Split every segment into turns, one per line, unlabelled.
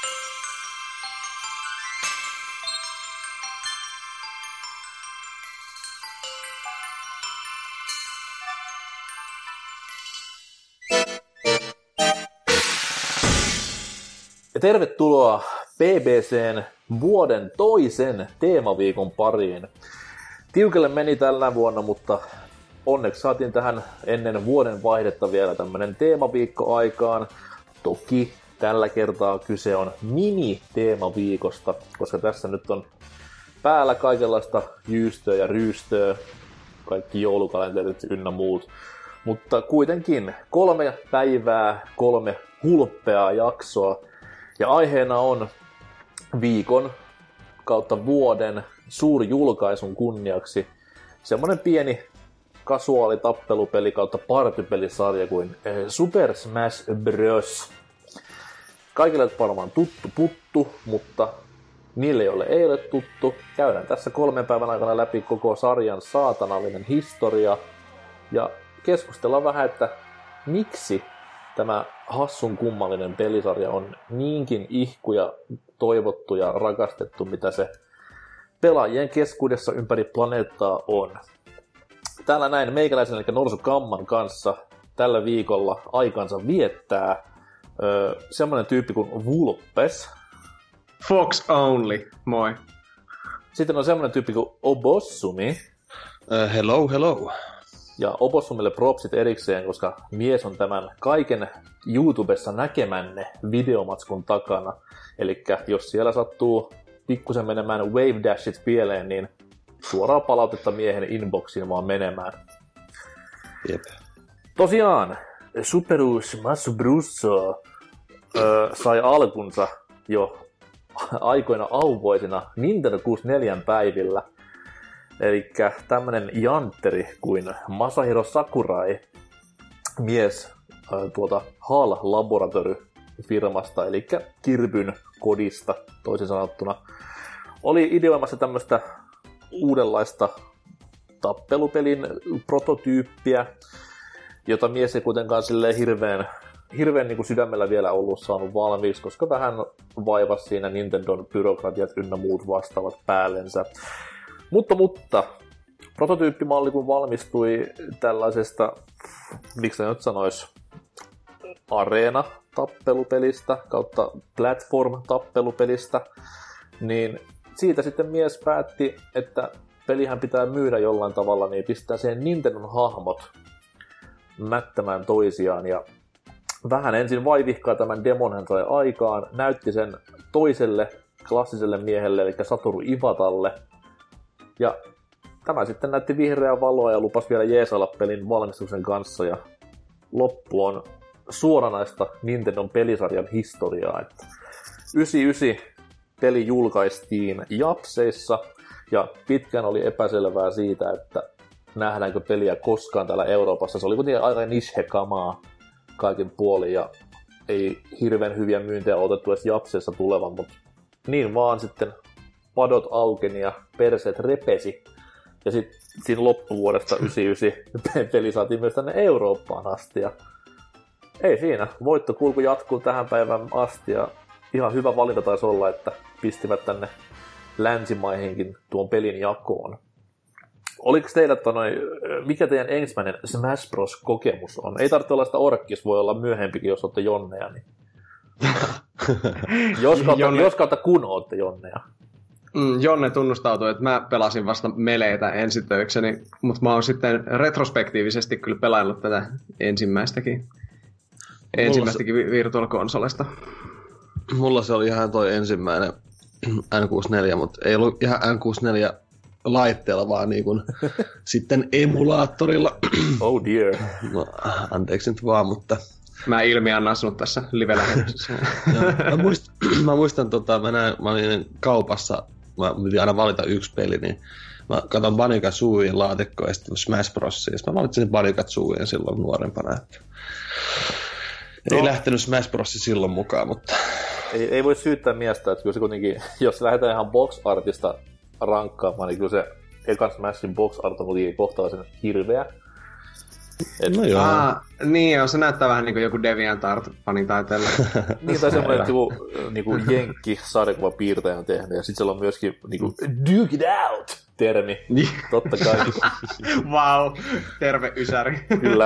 Ja tervetuloa BBCn vuoden toisen teemaviikon pariin. Tiukelle meni tällä vuonna, mutta onneksi saatiin tähän ennen vuoden vaihdetta vielä tämmönen teemaviikko aikaan. Toki tällä kertaa kyse on mini-teemaviikosta, koska tässä nyt on päällä kaikenlaista jyystöä ja ryystöä, kaikki joulukalenterit ynnä muut. Mutta kuitenkin 3 päivää, 3 hulppeaa jaksoa. Ja aiheena on viikon kautta vuoden suuri julkaisun kunniaksi semmonen pieni kasuaali tappelupeli kautta partypelisarja kuin Super Smash Bros. Kaikille varmaan tuttu puttu, mutta niille, joille ei ole tuttu, käydään tässä 3 päivän aikana läpi koko sarjan saatanallinen historia ja keskustellaan vähän, että miksi tämä hassun kummallinen pelisarja on niinkin ihku ja toivottu ja rakastettu, mitä se pelaajien keskuudessa ympäri planeettaa on. Täällä näin meikäläisen eli Norsu Kamman kanssa tällä viikolla aikansa viettää semmoinen tyyppi kuin Vulpes.
Fox Only, moi.
Sitten on semmoinen tyyppi kuin Obossumi.
Hello.
Ja Obossumille propsit erikseen, koska mies on tämän kaiken YouTubessa näkemänne videomatskun takana. Elikkä jos siellä sattuu pikkusen menemään Wave Dashit pieleen, niin suoraa palautetta miehen inboxiin vaan menemään.
Jep.
Tosiaan, Super Smash Bros. Sai alkunsa jo aikoina auvoisina Nintendo 64 päivillä. Elikkä tämmönen jantteri kuin Masahiro Sakurai, mies tuolta HAL Laboratory-firmasta, eli Kirbyn kodista toisin sanottuna, oli ideoimassa tämmöistä uudenlaista tappelupelin prototyyppiä, jota mies ei kuitenkaan silleen hirveän niin kuin sydämellä vielä ollut saanut valmiiksi, koska vähän vaivasi siinä Nintendon byrokratiat ynnä muut vastaavat päällensä. Mutta prototyyppimalli kun valmistui tällaisesta, miksi nyt sanois, areena-tappelupelistä kautta platform-tappelupelistä, niin siitä sitten mies päätti, että pelihän pitää myydä jollain tavalla, niin pistää siihen Nintendon hahmot mättämään toisiaan. Ja vähän ensin vaivihkaa tämän demon hän sai aikaan, näytti sen toiselle klassiselle miehelle, eli Satoru Iwatalle. Ja tämä sitten näytti vihreää valoa ja lupasi vielä jeesailla pelin valmistuksen kanssa. Ja loppu on suoranaista Nintendon pelisarjan historiaa. 99 peli julkaistiin Japseissa ja pitkään oli epäselvää siitä, että nähdäänkö peliä koskaan täällä Euroopassa. Se oli kuitenkin aika niche-kamaa kaikin puolin ja ei hirveän hyviä myyntejä otettu edes Japseissa tulevan, mutta niin vaan sitten padot aukeni ja perseet repesi. Ja sitten siinä loppuvuodesta 99 peli saatiin myös tänne Eurooppaan asti. Ja ei siinä. Voittokulku jatkuu tähän päivään asti. Ja ihan hyvä valinta taisi olla, että pistivät tänne länsimaihinkin tuon pelin jakoon. Oliko teillä mikä teidän ensimmäinen Smash Bros. Kokemus on? Ei tarvitse olla sitä orkkis, voi olla myöhempikin, jos olette jonneja. Niin. jos kautta kun olette jonneja.
Jonne tunnustautui, että mä pelasin vasta meleitä ensitöikseni, mutta mä oon sitten retrospektiivisesti kyllä pelaillut tätä ensimmäistäkin Virtual-konsolesta.
Mulla se oli ihan toi ensimmäinen N64, mutta ei ollut ihan N64 laitteella, vaan niin kuin sitten emulaattorilla.
Oh dear.
No, anteeksi nyt vaan, mutta
mä ilmiannan sinut tässä live-lähetyksessä.
mä muistan, mä olin kaupassa, mä piti aina valita yksi peli, niin mä katson Banjo-Kazooien laatikkoa ja sitten Smash Bros. Ja mä valitsin Banjo-Kazooien silloin nuorempana. Ei lähtenyt Smash Bros. Silloin mukaan, mutta
ei voi syyttää miestä, että kyllä se kuitenkin, jos lähdetään ihan box artista rankkaamaan, niin kyllä se ekan Smashin box art on kuitenkin kohtalaisen hirveä.
No joo.
Niin joo, se näyttää vähän niin kuin joku DeviantArt-pani taiteella.
Niin, tai semmoinen niinku jenkki-sarjakuvapiirtäjä on tehnyt, ja sitten siellä on myöskin niinku Duke it out-termi. Totta kai.
Vau, terve Ysäri.
Kyllä.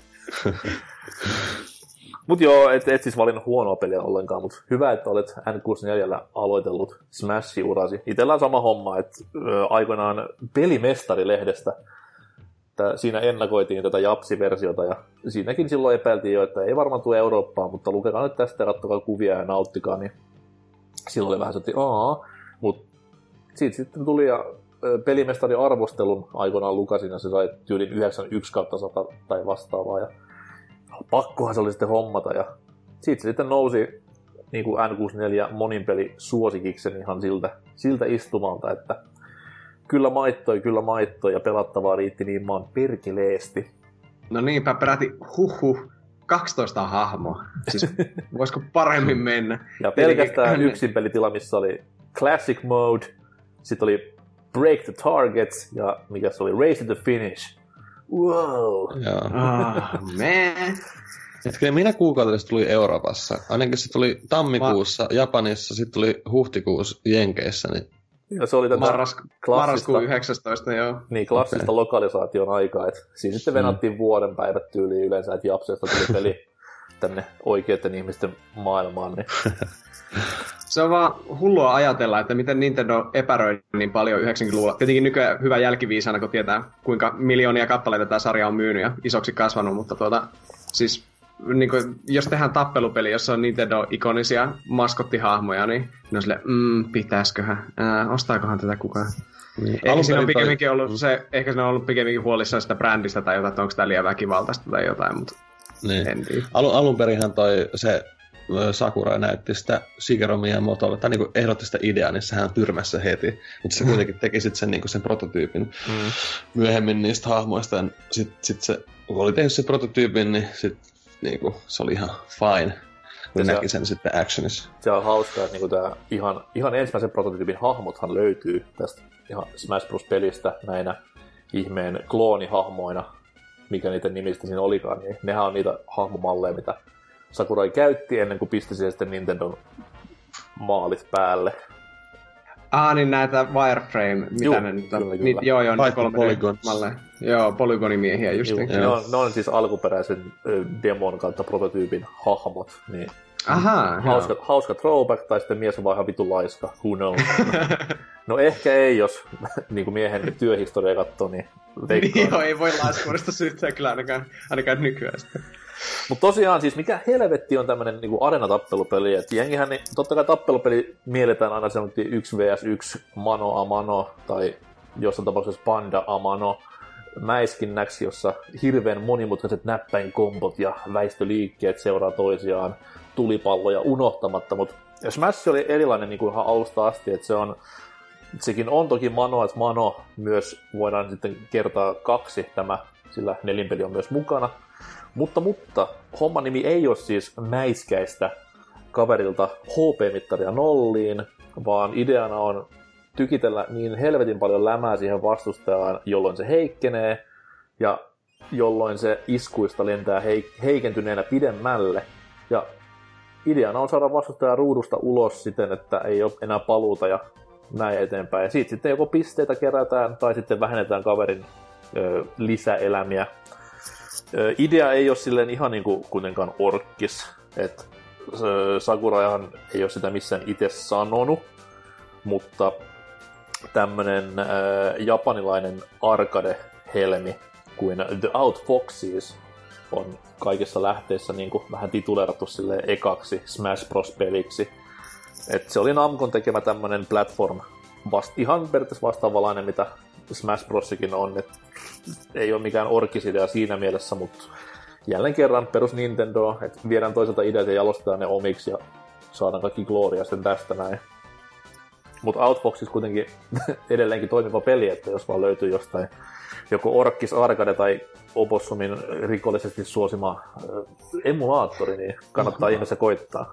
Mut joo, et siis valinnut huonoa peliä ollenkaan, mutta hyvä, että olet N64 aloitellut Smash-urasi. Itellä on sama homma, että aikoinaan Pelimestari-lehdestä siinä ennakoitiin tätä Japsi-versiota, ja siinäkin silloin epäiltiin jo, että ei varmaan tule Eurooppaan, mutta lukekaa nyt tästä ja katsokaa kuvia ja nauttikaa, niin silloin oli vähän se, mutta siitä sitten tuli ja Pelimestari-arvostelun aikoinaan lukasin, ja se sai tyylin 91/100 tai vastaavaa, ja pakkohan se oli sitten hommata, ja siitä se sitten nousi niin kuin N64 moninpeli suosikiksen ihan siltä istumalta, että kyllä maittoi ja pelattavaa riitti niin maan perkeleesti.
No niinpä peräti 12 hahmoa. Siis voisiko paremmin mennä?
Ja pelkästään yksin pelitila, missä oli Classic Mode, sitten oli Break the Targets ja mikä se oli, Race to the Finish. Wow!
Joo.
Man.
Hetkinen, minä kuukaudella se tuli Euroopassa? Ainakin se tuli tammikuussa Japanissa, sitten tuli huhtikuussa Jenkeissä. Niin...
Ja se oli tätä
marraskuun 19, joo.
Niin, klassista lokalisaation aikaa. Et siinä sitten venattiin vuoden päivät tyyliin yleensä, että Japsesta tuli peli tänne oikeiden ihmisten maailmaan. Niin.
Se on vaan hullua ajatella, että miten Nintendo epäröi niin paljon 90-luvulla. Tietenkin nykyään hyvä jälkiviisana, kun tietää, kuinka miljoonia kappaleita tämä sarja on myynyt ja isoksi kasvanut, mutta siis niin kuin, jos tehdään tappelupeli, jossa on Nintendo-ikonisia maskottihahmoja, niin ne on silleen, pitäisköhän, ostaakohan tätä kukaan? Niin. Ehkä siinä on ollut pikemminkin huolissaan sitä brändistä tai jotain, että onko tämä liian väkivaltaista tai jotain, mutta
niin.
en tiedä.
Alunperinhän se Sakura näytti sitä Shigeru Miyamotolle, tai niin ehdotti sitä ideaa, niin sehän tyrmäsi se heti, mutta se kuitenkin teki sitten sen, sen prototyypin myöhemmin niistä hahmoista, ja sitten se, kun oli tehnyt sen prototyypin, niin sitten niinku, se oli ihan fine, kun näki sen sitten actionissa.
Se on hauskaa, että niinku tää ihan ensimmäisen prototyypin hahmothan löytyy tästä ihan Smash Bros-pelistä näinä ihmeen kloonihahmoina, mikä niiden nimistä siinä olikaan, niin nehän on niitä hahmomalleja, mitä Sakurai käytti ennen kuin pisti siihen sitten Nintendon maalit päälle.
Niin näitä wireframe, mitä ne nyt on?
Kyllä.
Joo, Polygon-malleja. Joo, polygonimiehiä justiin.
Ne on siis alkuperäisen demon kautta prototyypin hahmot. Niin hauska throwback, tai sitten mies on vaan ihan vitu laiska. Who knows? No ehkä ei, jos niin kuin miehen työhistoria katsoo, niin veikkaan.
Joo, ei voi laiskuudesta syyttää kyllä ainakaan nykyään.
Mutta tosiaan siis mikä helvetti on tämmönen niinku arena-tappelupeli, että jengihän niin totta kai tappelupeli mielletään aina semmoinen 1vs1 mano a mano tai jossain tapauksessa panda a mano mäiskinnäksi, jossa hirveän monimutkaiset näppäinkombot ja väistöliikkeet seuraa toisiaan tulipalloja unohtamatta, mutta Smash oli erilainen niin kuin ihan alusta asti, että sekin on toki mano, että mano myös voidaan sitten kertaa 2 tämä, sillä nelinpeli on myös mukana. Mutta homman nimi ei ole siis mäiskäistä kaverilta HP-mittaria nolliin, vaan ideana on tykitellä niin helvetin paljon lämää siihen vastustajaan, jolloin se heikkenee, ja jolloin se iskuista lentää heikentyneenä pidemmälle. Ja ideana on saada vastustaja ruudusta ulos siten, että ei ole enää paluuta ja näin eteenpäin. Ja siitä sitten joko pisteitä kerätään tai sitten vähennetään kaverin lisäelämiä. Idea ei ole silleen ihan niinku kuitenkaan orkkis, että Sakurajahan ei ole sitä missään itse sanonut, mutta tämmönen japanilainen arcade-helmi kuin The Outfoxes on kaikissa lähteissä niinku vähän tituleerattu silleen ekaksi Smash Bros-peliksi. Et se oli Namcon tekemä tämmönen platform, ihan periaatteessa vastaavanlainen, mitä Smash Brosikin on, et ei ole mikään orkisidea siinä mielessä, mutta jälleen kerran perus Nintendo, että viedään toiselta ideat ja jalostetaan ne omiksi ja saadaan kaikki gloria sitten tästä näin. Mutta Outfoxis kuitenkin edelleenkin toimiva peli, että jos vaan löytyy jostain joko Orkkis Arcade tai Opossumin rikollisesti suosima emulaattori, niin kannattaa ihmeessä koittaa.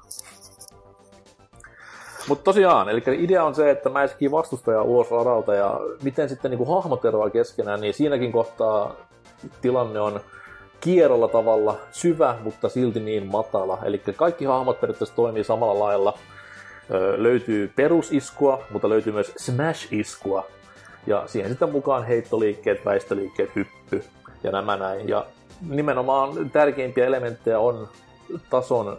Mutta tosiaan, eli idea on se, että mä iskii vastustajaa ulos radalta ja miten sitten niinku hahmot eroaa keskenään, niin siinäkin kohtaa tilanne on kierrolla tavalla syvä, mutta silti niin matala. Eli kaikki hahmot periaatteessa toimii samalla lailla. Löytyy perusiskua, mutta löytyy myös smash-iskua. Ja siihen sitten mukaan heittoliikkeet, väistöliikkeet, hyppy ja nämä näin. Ja nimenomaan tärkeimpiä elementtejä on tason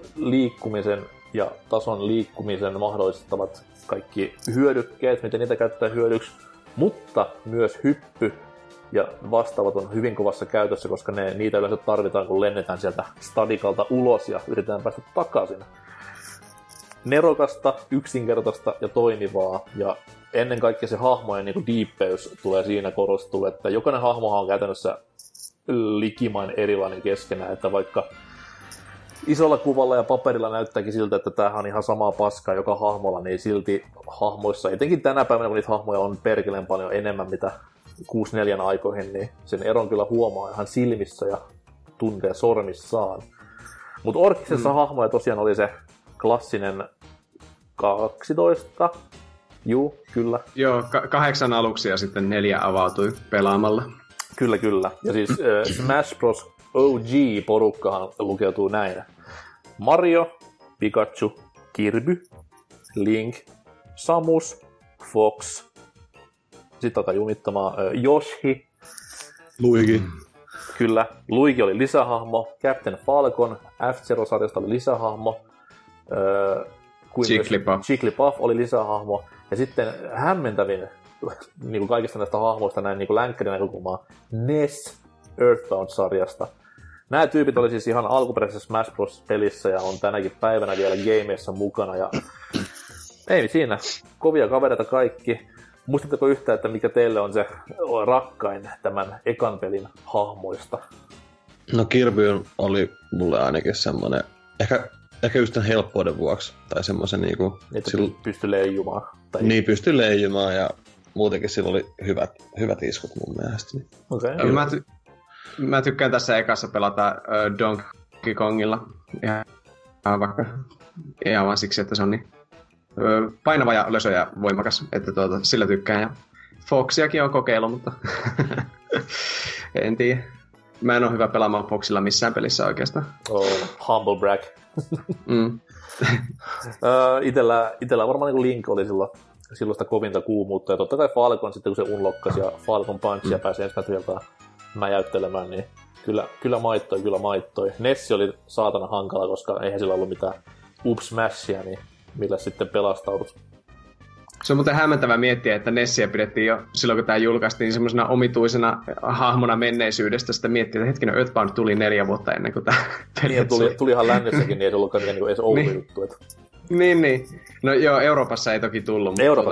liikkumisen mahdollistavat kaikki hyödykkeet, miten niitä käyttää hyödyksi, mutta myös hyppy ja vastaavat on hyvin kovassa käytössä, koska niitä yleensä tarvitaan, kun lennetään sieltä stadikalta ulos ja yritetään päästä takaisin. Nerokasta, yksinkertaista ja toimivaa, ja ennen kaikkea se hahmojen niin diippeys tulee siinä korostua, että jokainen hahmohan on käytännössä likimain erilainen keskenään, että vaikka isolla kuvalla ja paperilla näyttääkin siltä, että tämähän on ihan samaa paskaa joka hahmolla, niin silti hahmoissa, etenkin tänä päivänä, kun niitä hahmoja on perkeleen paljon enemmän, mitä 6-4 aikoihin, niin sen eron kyllä huomaa ihan silmissä ja tuntee sormissaan. Mutta Orkkisessa hahmoja tosiaan oli se klassinen 12. Juu, kyllä.
Joo, 8 aluksi ja sitten 4 avautui pelaamalla.
Kyllä, kyllä. Ja siis Smash Bros. OG-porukkahan lukeutuu näin. Mario, Pikachu, Kirby, Link, Samus, Fox. Sitten alkaa jumittamaan Yoshi.
Luigi.
Kyllä, Luigi oli lisähahmo. Captain Falcon, F-Zero-sarjasta oli lisähahmo. Jigglypuff oli lisähahmo. Ja sitten hämmentävin niin kuin kaikista näistä hahmoista näin niin kuin länkkärin näkökulmaa, Ness Earthbound-sarjasta. Nämä tyypit oli siis ihan alkuperäisessä Smash Bros-pelissä ja on tänäkin päivänä vielä gameissa mukana. Ja ei siinä, kovia kavereita kaikki. Muistatteko yhtään, että mikä teille on se rakkain tämän ekan pelin hahmoista?
No Kirby oli mulle ainakin semmonen, ehkä just tämän helppouden vuoksi, tai semmoisen niinku...
Että pystyi leijumaan. Tai...
Niin, pystyi leijumaan ja muutenkin sillä oli hyvät iskut mun mielestä.
Okay.
Mä tykkään tässä ekassa pelata Donkey Kongilla. Ihan vaan siksi, että se on niin painava ja lösö ja voimakas, että sillä tykkään. Ja Foxiakin on kokeillut, mutta en tiedä. Mä en ole hyvä pelaamaan Foxilla missään pelissä oikeastaan.
Oh, humble brag. Itellä varmaan niin Link oli silloista kovinta kuumuutta. Ja totta kai Falcon sitten, kun se unlokkasi ja Falcon Punchia pääsi ensimmäistä mäjäyttelemään, niin kyllä maittoi. Nessi oli saatana hankala, koska eihän sillä ollut mitään up-smashia, niin millä sitten pelastaudut.
Se on muuten hämmentävää miettiä, että Nessiä pidettiin jo silloin, kun tämä julkaistiin semmoisena omituisena hahmona menneisyydestä. Sitten miettii, että hetkinen, Earthbound tuli 4 vuotta ennen kuin tämä peli
tuli ihan lännessäkin, niin ei se ollutkaan niin edes Oulu juttu. Että...
Niin. No joo, Euroopassa ei toki tullut,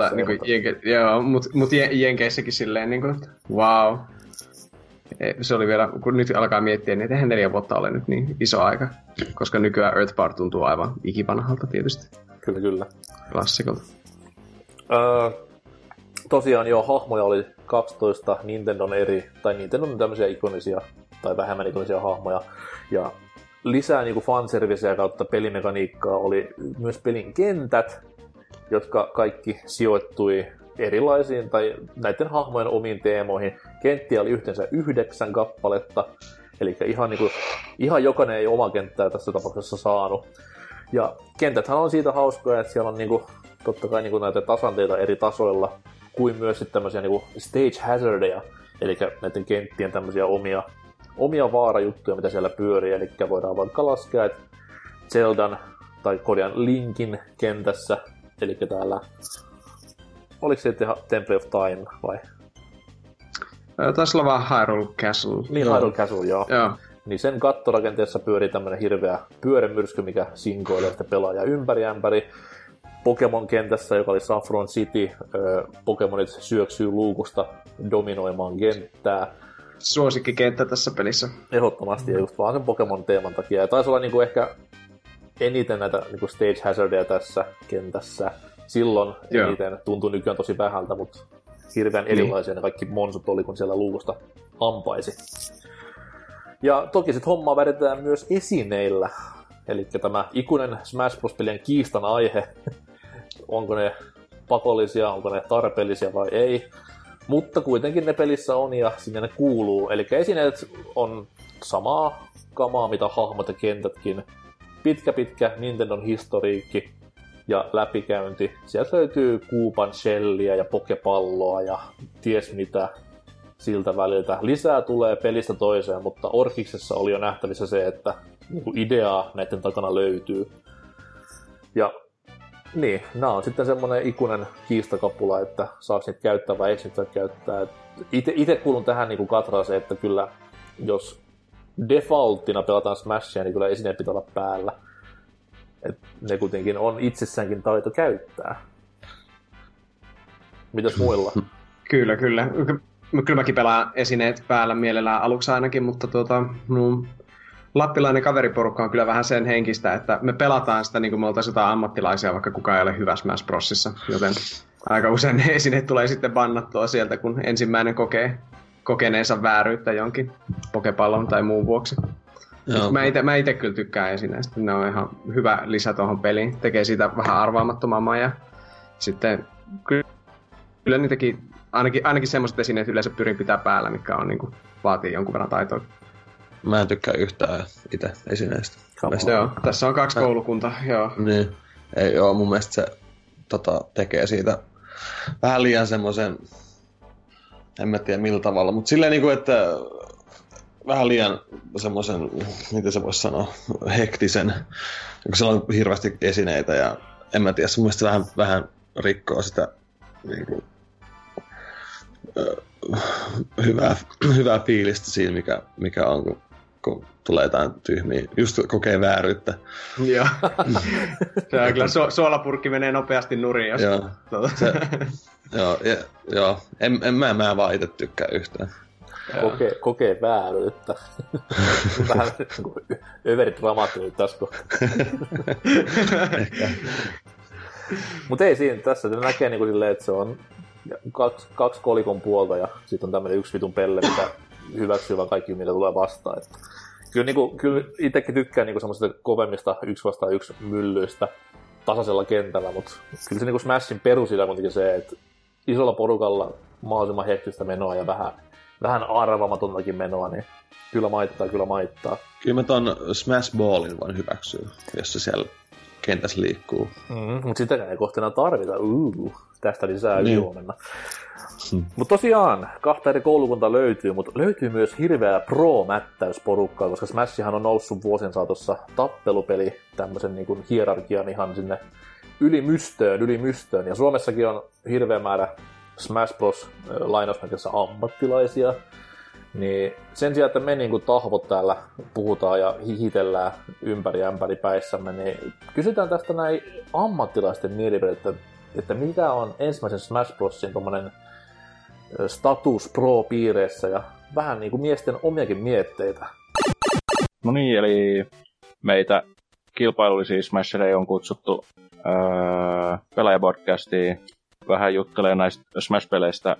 mutta Jenkeissäkin silleen, niin kuin, wow. Se oli vielä, kun nyt alkaa miettiä, niin eihän 4 vuotta ole nyt niin iso aika, koska nykyään Earthbound tuntuu aivan ikivanhalta tietysti.
Kyllä.
Klassikolta.
Tosiaan joo, hahmoja oli 12 Nintendon Nintendon tämmöisiä ikonisia tai vähemmän ikonisia hahmoja. Ja lisää niinku fanserviceä kautta pelimekaniikkaa oli myös pelin kentät, jotka kaikki sijoittui erilaisiin tai näiden hahmojen omiin teemoihin. Kenttiä oli yhteensä 9 kappaletta, eli ihan jokainen ei oma kenttää tässä tapauksessa saanut. Ja kentäthän on siitä hauskoja, että siellä on totta kai näitä tasanteita eri tasoilla, kuin myös sitten tämmöisiä stage hazardeja, eli näiden kenttien tämmöisiä omia vaarajuttuja, mitä siellä pyörii, eli voidaan vaikka laskea, että Zeldan tai korjaan Linkin kentässä, eli täällä, oliko se Temple of Time vai?
Taisi olla vaan Hyrule Castle.
Niin, Hyrule Castle, joo. Niin sen kattorakenteessa pyörii tämmönen hirveä pyörämyrsky, mikä sinkoilee sitä pelaajaa ympäri. Pokemon-kentässä, joka oli Saffron City, Pokemonit syöksyy luukusta dominoimaan kenttää.
Suosikkikenttä tässä pelissä.
Ehdottomasti, ja just vaan sen Pokemon-teeman takia. Ja taisi olla ehkä eniten näitä stage hazardeja tässä kentässä. Silloin eniten tuntui nykyään tosi vähältä, mutta hirveän erilaisia ne kaikki monsut oli, kun siellä luukusta ampaisi. Ja toki sitten hommaa väritetään myös esineillä. Eli tämä ikuinen Smash Bros-pelien kiistan aihe, onko ne pakollisia, onko ne tarpeellisia vai ei. Mutta kuitenkin ne pelissä on ja sinne ne kuuluu. Eli esineet on samaa kamaa, mitä hahmot ja kentätkin. Pitkä Nintendon historiikki ja läpikäynti. Sieltä löytyy Koopan shelliä ja pokepalloa ja ties mitä siltä väliltä. Lisää tulee pelistä toiseen, mutta Orkiksessa oli jo nähtävissä se, että ideaa näiden takana löytyy. Ja niin, nämä on sitten semmoinen ikuinen kiistakapula, että saaks niitä käyttää vai eikö niitä käyttää. Itse kuulun tähän niin katraaseen, että kyllä jos defaulttina pelataan Smashia, niin kyllä esineet pitää olla päällä. Et ne kuitenkin on itsessäänkin taito käyttää. Mitäs muilla?
Kyllä. Kyllä mäkin pelaan esineet päällä mielellään aluksi ainakin, mutta lappilainen kaveriporukka on kyllä vähän sen henkistä, että me pelataan sitä niin kuin me oltaisiin jotain ammattilaisia, vaikka kukaan ei ole hyvä Smash Brosissa, joten aika usein ne esineet tulee sitten bannattua sieltä, kun ensimmäinen kokee kokeneensa vääryyttä jonkin pokepallon tai muun vuoksi. Mä ite kyllä tykkään esineistä, ne on ihan hyvä lisä tuohon peliin, tekee siitä vähän arvaamattomamman ja sitten kyllä niitäkin, ainakin semmoiset esineet yleensä pyrin pitää päällä, mikä on, niin kuin, vaatii jonkun verran taitoa.
Mä en tykkää yhtään itse esineistä.
Joo, tässä on 2 koulukuntaa, joo.
Niin. Mun mielestä se tekee siitä vähän liian semmoisen, en mä tiedä millä tavalla, mutta silleen niinku, että vähän liian semmoisen, miten se voisi sanoa, hektisen, kun siellä on hirveästi esineitä ja en mä tiedä, mun mielestä se vähän rikkoo sitä niinku, hyvää fiilistä siinä, mikä on, kun tulee jotain tyhmiä. Just kokee vääryyttä.
Joo. Se on kyllä suolapurkki menee nopeasti nurin, jos...
Joo. Mä vaan itse tykkää yhtään.
Kokee vääryyttä. Vähän överdramaattinen tässä kohtaa. Mutta ei siinä, tässä näkee niinku silleen, että se on kaksi kolikon puolta ja sitten on tämmöinen yksi vitun pelle, mitä hyväksyy vaan kaikki, mitä tulee vastaan. Että kyllä itsekin tykkään niinku semmoisista kovemmista 1-1 myllyistä tasaisella kentällä, mutta kyllä se niinku Smashin perusidea on kuitenkin se, että isolla porukalla mahdollisimman hektistä menoa ja vähän arvaamatontakin menoa, niin kyllä maittaa. Kyllä
mä ton Smash Ballin voin hyväksyä, jos se siellä kentässä liikkuu.
Mutta sitäkään ei kohta enää tarvita. Tästä lisää huomenna. Mutta tosiaan, 2 eri koulukuntaa löytyy, mutta löytyy myös hirveä pro-mättäysporukkaa, koska Smashihan on noussut vuosien saatossa tappelupeli tämmöisen niin kuin hierarkian ihan sinne ylimystöön. Ja Suomessakin on hirveä määrä Smash Bros. Lainausmerkissä ammattilaisia. Niin sen sijaan, että me niin tahvot täällä puhutaan ja hihitellään ympäri päissämme, niin kysytään tästä näin ammattilaisten mielipidettä, että mikä on ensimmäisen Smash Brosin tommonen status pro-piireissä ja vähän niin kuin miesten omiakin mietteitä.
No niin, eli meitä kilpailullisia Smashereja on kutsuttu pelaajapodcastiin vähän juttelemaan näistä Smash-peleistä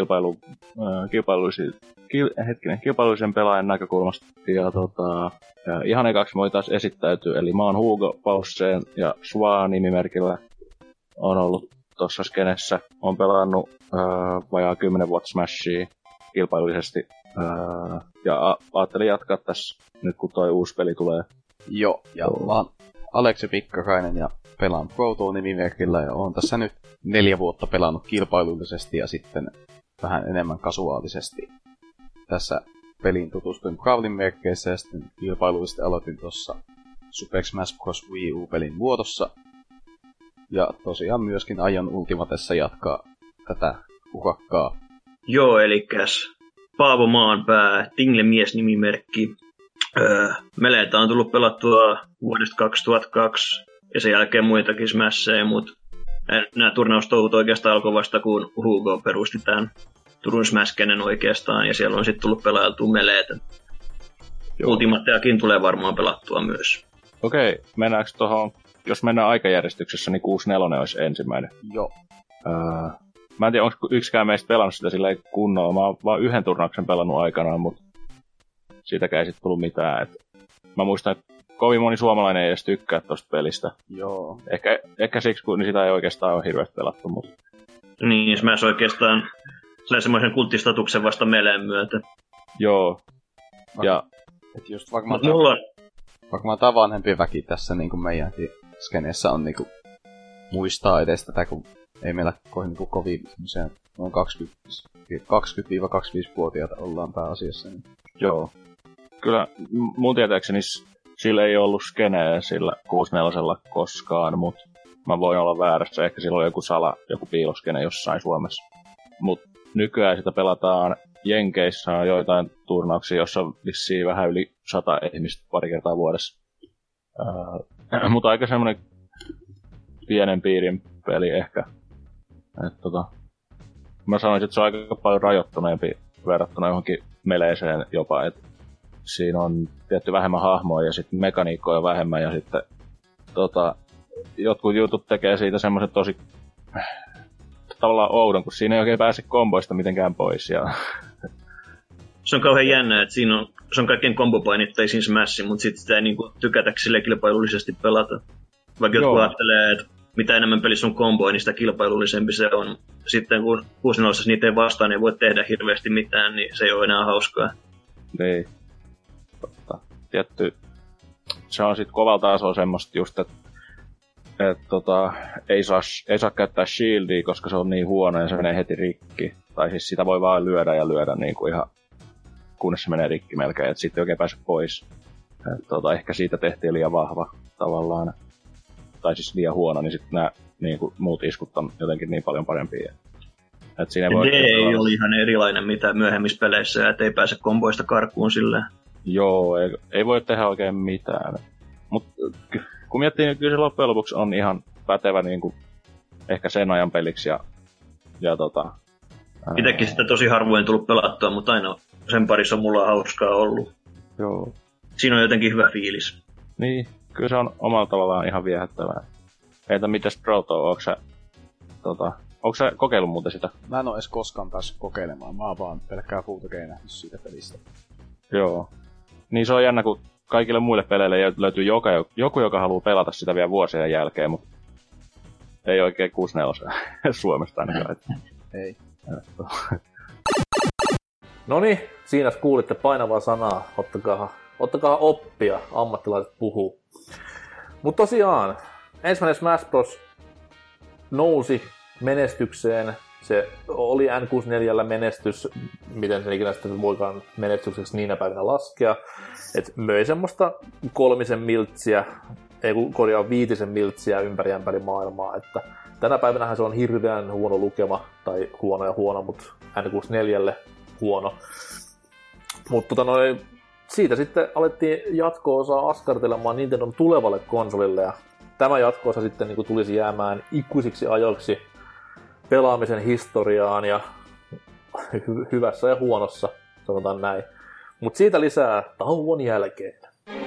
kilpailullisen pelaajan näkökulmasta. Ja ihan ekaksi voi taas esittäytyä, eli mä oon Hugo Pausseen ja Swa-nimimerkillä on ollut tuossa skenessä. Oon pelannut vajaa 10 vuotta Smashia kilpailullisesti. Ja ajattelin jatkaa tässä nyt, kun toi uusi peli tulee.
Joo, ja mä oon Aleksi Pikkarainen ja pelaan Pro Tour-nimimerkillä ja oon tässä nyt 4 vuotta pelannut kilpailullisesti ja sitten vähän enemmän kasuaalisesti. Tässä peliin tutustuin Brawlin merkkeissä ja sitten kilpailullisesti aloitin tuossa Super Smash Bros. Wii U-pelin muodossa. Ja tosiaan myöskin aion Ultimatessa jatkaa tätä urakkaa.
Joo, elikkäs Paavo Maanpää, Tingle-mies-nimimerkki. Meleitä on tullut pelattua vuodesta 2002 ja sen jälkeen muitakin Smashia, mutta nämä turnaustouhut oikeastaan alkoi vasta, kun Hugo perusti tämän Turun Smash-kenen oikeastaan, ja siellä on sitten tullut pelailtua Meleitä. Ultimatteakin tulee varmaan pelattua myös.
Okei, mennäänkö tuohon, jos mennään aikajärjestyksessä, niin 6-4 olisi ensimmäinen.
Joo.
Mä en tiedä, onko yksikään meistä pelannut sitä silleen kunnolla. Mä oon vaan 1 turnauksen pelannut aikanaan, mutta siitäkään ei sitten tullut mitään. Et mä muistan, että kovin moni suomalainen ei edes tykkää tosta pelistä.
Joo.
Ehkä siksi, kun sitä ei oikeastaan ole hirveästi pelattu. Mutta...
Niin, Smash oikeastaan sai semmoisen kulttistatuksen vasta Meleen myötä.
Joo. Ja
Et just
Mulla
tämä vanhempi väki tässä niin meidänkin skeneessä on niin muistaa edes tätä, kun ei meillä niin kovin noin 20-25-vuotiaita ollaan pääasiassa. Niin.
Joo. Kyllä mun tietääkseni sillä ei ollut skeneä sillä 64 koskaan, mutta mä voin olla väärässä. Ehkä sillä on joku piiloskene jossain Suomessa. Mutta nykyään sitä pelataan Jenkeissä, on joitain turnauksia, jossa on vissiin vähän yli 100 ihmistä pari kertaa vuodessa. Mutta aika semmonen pienen piirin peli ehkä. Mä sanoisin, että se on aika paljon rajoittuneempi verrattuna johonkin meleeseen jopa, että siinä on tietty vähemmän hahmoja ja sitten mekaniikkoja vähemmän ja sitten jotkut jutut tekee siitä semmoiset tosi tavallaan oudon, kun siinä ei oikein pääse komboista mitenkään pois. Ja
se on kauhean jännä, että se on kaikkein kombopainitteisin Smash, mutta sitten sitä ei niinku tykätä sille kilpailullisesti pelata. Vaikka jotkut ajattelee, että mitä enemmän pelissä on komboja, niin sitä kilpailullisempi se on. Sitten kun 64 niitä ei vastaan, niin ei voi tehdä hirveästi mitään, niin se ei ole enää hauskaa.
Niin. Tietty. Se on sitten kovalla tasolla semmoista just, että ei saa käyttää shieldia, koska se on niin huono ja se menee heti rikki. Tai siis sitä voi vaan lyödä niin kuin ihan kunnes se menee rikki melkein, että sitten ei oikein pääse pois. Ehkä siitä tehtiin liian vahva tavallaan. Tai siis liian huono, niin sitten nämä niin kuin muut iskut on jotenkin niin paljon parempia.
Ei ole ihan erilainen mitä myöhemmissä peleissä, että ei pääse komboista karkuun silleen.
Joo, ei voi tehdä oikein mitään. Mutta kun miettii, niin kyllä se loppujen lopuksi on ihan pätevä niin kuin ehkä sen ajan peliksi.
Itsekin sitä tosi harvoin tullut pelattua, mutta aina sen parissa mulla on hauskaa ollut.
Joo.
Siinä on jotenkin hyvä fiilis.
Niin, kyllä se on omalla tavallaan ihan viehättävää. Entä mitäs Proto, onko sä kokeillut muuten sitä?
Mä en oo edes koskaan päässyt kokeilemaan, mä oon vaan pelkkää footage nähnyt siitä pelistä.
Joo. Niin se on jännä, kun kaikille muille peleille löytyy joku, joka haluaa pelata sitä vielä vuosien jälkeen, mutta ei oikein 64 Suomesta ainakaan.
Ei.
Noniin, siinä kuulitte painavaa sanaa. Ottakaa oppia, ammattilaiset puhuu. Mutta tosiaan, ensimmäinen Smash Bros. Nousi menestykseen. Se oli N64 menestys, miten sen ikinä sitten voikaan menestykseksi niinä päivinä laskea. Et möi semmoista 3 miltsiä, 5 miltsiä ympäri maailmaa. Että tänä päivänähän se on hirveän huono lukema, tai huono, mutta N64 huono. Mutta siitä sitten alettiin jatko-osaa askartelemaan Nintendon tulevalle konsolille, ja tämä jatko-osa sitten niin tulisi jäämään ikuisiksi ajoiksi pelaamisen historiaan, ja hyvässä ja huonossa, sanotaan näin. Mutta siitä lisää tauon jälkeen.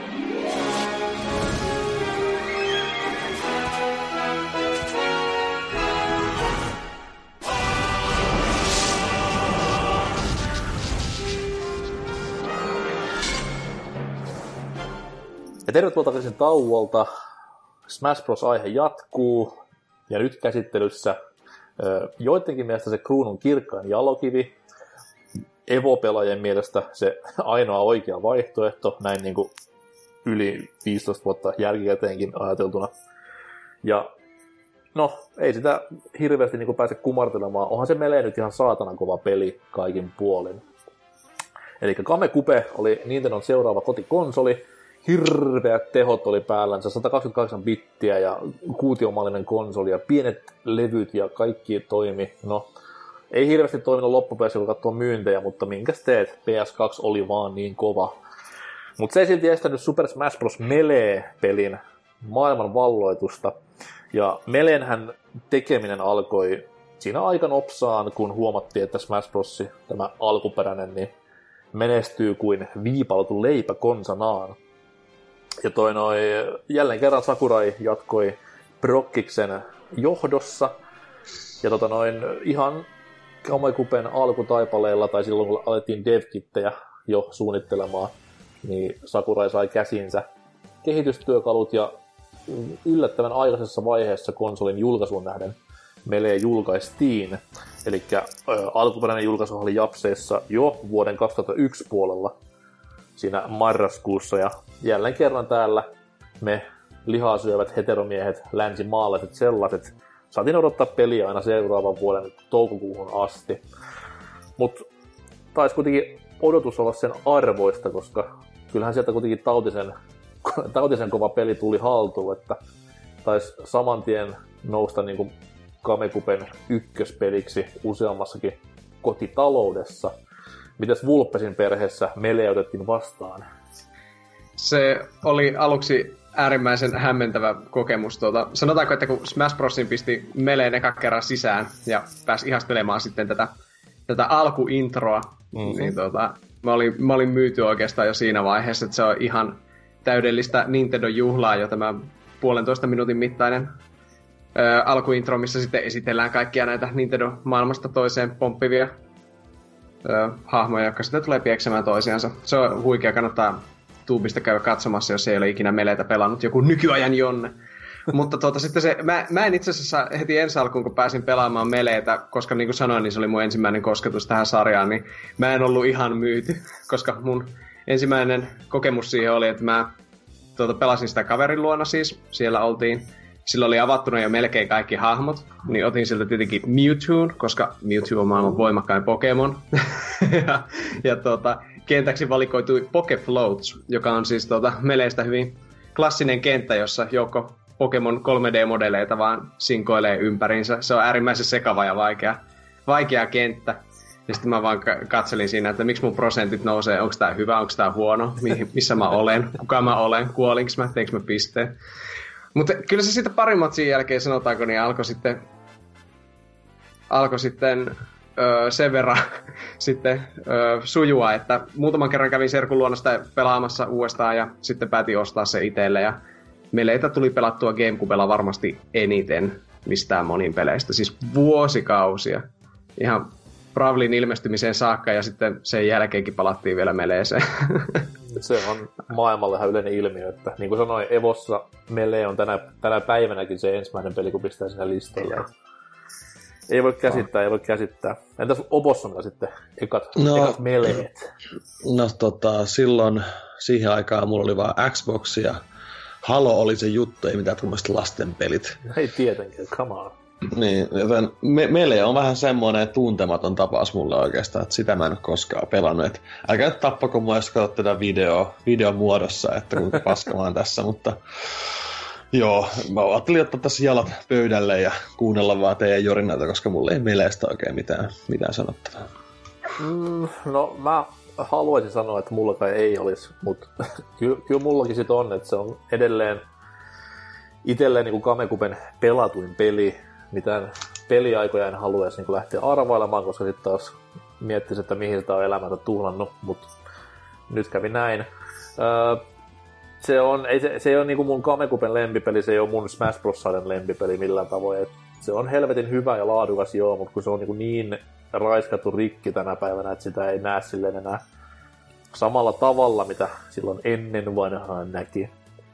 Ja tervetuloa takaisin tauolta. Smash Bros-aihe jatkuu, ja nyt käsittelyssä joidenkin mielestä se kruunun kirkkain jalokivi, Evo-pelaajien mielestä se ainoa oikea vaihtoehto, näin niin kuin yli 15 vuotta jälkikäteenkin ajateltuna. Ja no, ei sitä hirveästi niin kuin pääse kumartelemaan, onhan se melee nyt ihan saatanan kova peli kaikin puolin. Eli GameCube oli Nintendon seuraava kotikonsoli, hirveät tehot oli päällänsä, 128 bittiä ja kuutiomallinen konsoli ja pienet levyt ja kaikki toimi. No, ei hirveästi toiminut loppupeleissä, kun katsoo myyntejä, mutta minkäs teet, PS2 oli vaan niin kova. Mutta se ei silti estänyt Super Smash Bros. Melee-pelin maailman valloitusta. Ja Meleenhän tekeminen alkoi siinä aika nopsaan, kun huomattiin, että Smash Bros. Tämä alkuperäinen niin menestyy kuin viipaltu leipä konsanaan. Ja jälleen kerran Sakurai jatkoi Brokkiksen johdossa. Ja ihan GameCuben alkutaipaleella, tai silloin kun alettiin devkittejä jo suunnittelemaan, niin Sakurai sai käsinsä kehitystyökalut, ja yllättävän aikaisessa vaiheessa konsolin julkaisuun nähden Melee julkaistiin. Elikkä alkuperäinen julkaisu oli Japseissa jo vuoden 2001 puolella. siinä marraskuussa. Ja jälleen kerran täällä me lihaa syövät heteromiehet, länsimaalaiset sellaiset, saatiin odottaa peliä aina seuraavan vuoden toukokuuhun asti. Mutta taisi kuitenkin odotus olla sen arvoista, koska kyllähän sieltä kuitenkin tautisen kova peli tuli haltuun, että taisi saman tien nousta niin kuin Kamekupen ykköspeliksi useammassakin kotitaloudessa. Mitäs Vulpesin perheessä Melee otettiin vastaan?
Se oli aluksi äärimmäisen hämmentävä kokemus. Sanotaanko, että kun Smash Brosin pisti Meleen eka kerran sisään ja pääsi ihastelemaan sitten tätä alkuintroa, niin mä olin myyty oikeastaan jo siinä vaiheessa, että se on ihan täydellistä Nintendo-juhlaa jo tämä 1,5 minuutin mittainen alkuintro, missä sitten esitellään kaikkia näitä Nintendo-maailmasta toiseen pomppivia hahmoja, jotka sitten tulee pieksemään toisiansa. Se on huikea, kannattaa tuubista käydä katsomassa, jos ei ole ikinä Meleitä pelannut, joku nykyajan Jonne. Mutta sitten mä en itse asiassa heti ensi alkuun, kun pääsin pelaamaan Meleitä, koska niin kuin sanoin, niin se oli mun ensimmäinen kosketus tähän sarjaan, niin mä en ollut ihan myyty, koska mun ensimmäinen kokemus siihen oli, että mä pelasin sitä kaverin luona siis, siellä oltiin. Sillä oli avattuna jo melkein kaikki hahmot, niin otin siltä tietenkin Mewtwoon, koska Mewtwo on maailman voimakkain Pokemon. ja kentäksi valikoitui Pokefloats, joka on siis Meleistä hyvin klassinen kenttä, jossa joukko Pokemon 3D-modeleita vaan sinkoilee ympäriinsä. Se on äärimmäisen sekava ja vaikea kenttä. Ja sitten mä vaan katselin siinä, että miksi mun prosentit nousee, onko tää hyvä, onko tää huono, missä mä olen, kuka mä olen, kuolinko mä, teinkö mä pisteen. Mutta kyllä se sitten parin matsin jälkeen, sanotaanko, niin alkoi sitten sen verran sitten sujua, että muutaman kerran kävin serkun luona sitä pelaamassa uudestaan ja sitten päätin ostaa se itselle. Ja Meleitä tuli pelattua Gamecubella varmasti eniten mistään monin peleistä, siis vuosikausia. Ihan Bravlin ilmestymiseen saakka ja sitten sen jälkeenkin palattiin vielä Meleeseen.
Se on maailmalle ihan yleinen ilmiö, että niin kuin sanoin, Evossa Melee on tänä päivänäkin se ensimmäinen peli, kun pistää sinne listalle. Ei voi käsittää. Entäs Opossomilla sitten ekat Meleet?
No silloin siihen aikaan mulla oli vaan Xbox ja Halo oli se juttu, ei mitään tämmöiset lastenpelit.
Ei tietenkään, come on.
Niin, joten Melee on vähän semmoinen tuntematon tapaus mulle oikeastaan, että sitä mä en ole koskaan pelannut. Et älkää nyt tappako mua, jos katsot tätä videon muodossa, että kuinka paskamaan tässä, mutta joo, mä ajattelin ottaa tässä jalat pöydälle ja kuunnella vaan teidän jorinaita, koska mulle ei Meleestä oikein mitään sanottavaa.
No mä haluaisin sanoa, että mullakaan ei olisi, mutta kyllä mullakin sit on, että se on edelleen itselleen niin kuin Kamekupen pelatuin peli. Mitään peliaikoja en halua edes niin lähteä arvailemaan, koska sitten taas miettisi, että mihin sitä on elämäntä tuhlannut, mutta nyt kävi näin. Se ei ole niin mun Kamekupen lempipeli, se ei ole mun Smash Bros. Lempipeli millään tavoin. Se on helvetin hyvä ja laadukas joo, mutta kun se on niin raiskattu rikki tänä päivänä, että sitä ei näe silleen enää samalla tavalla, mitä silloin ennen vanhaan näki.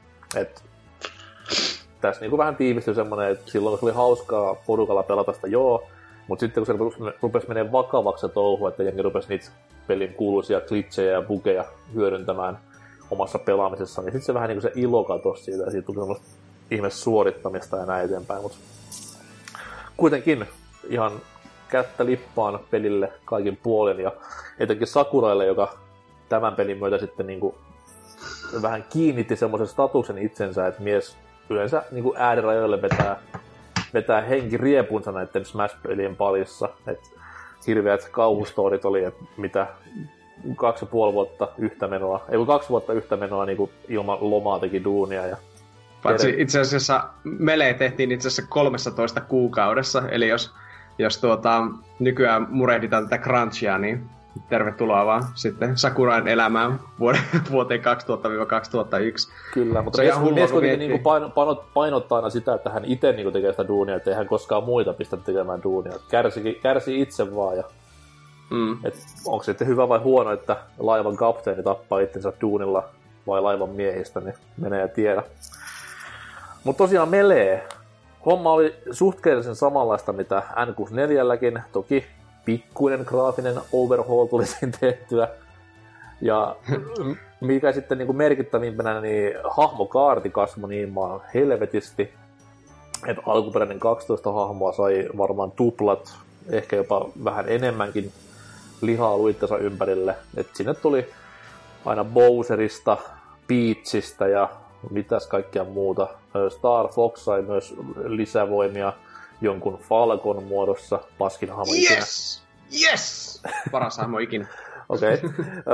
Tässä niin vähän tiivistyi semmoinen, että silloin se oli hauskaa porukalla pelata sitä, joo, mutta sitten kun se rupesi menemään vakavaksi se touhu, että jengi rupesi niitä pelin kuuluisia glitchejä ja bugeja hyödyntämään omassa pelaamisessa, niin sitten se vähän niin kuin se ilo katosi siitä, ja siitä tuli semmoista ihme suorittamista ja näin eteenpäin, mutta kuitenkin ihan kättä lippaan pelille kaikin puolin, ja etenkin Sakuraille, joka tämän pelin myötä sitten niin kuin vähän kiinnitti semmoisen statuksen itsensä, että mies yleensä niin kuin äärirajoille vetää henkiriepunsa näiden Smash-pelien parissa. Hirveät kauhustorit oli, että mitä 2,5 vuotta yhtä menoa, 2 vuotta yhtä menoa niin kuin ilman lomaa teki duunia. Ja
paitsi itse asiassa Melee tehtiin itse asiassa 13 kuukaudessa, eli jos nykyään murehditaan tätä crunchia, niin tervetuloa vaan sitten Sakurain elämään vuoteen 2000-2001.
Kyllä, mutta mies kuitenkin niin painottaa aina sitä, että hän itse niin tekee sitä duunia, ettei hän koskaan muita pistä tekemään duunia. Kärsii itse vaan. Onko se sitten hyvä vai huono, että laivan kapteeni tappaa itsensä duunilla vai laivan miehistä, niin menee ja tiedä. Mutta tosiaan Melee. Homma oli suhteellisen samanlaista mitä N64-kin, toki pikkuinen graafinen overhaul tuli siinä tehtyä. Ja mikä sitten niin kuin merkittävimpänä, niin hahmokaarti kasvoi niin maan helvetisti, että alkuperäinen 12 hahmoa sai varmaan tuplat, ehkä jopa vähän enemmänkin lihaa luittensa ympärille. Et sinne tuli aina Bowserista, Peachistä ja mitäs kaikkea muuta. Star Fox sai myös lisävoimia jonkun Falcon muodossa, paskin hahmo ikinä.
Yes! Paras hahmo ikinä.
Okei. Okay.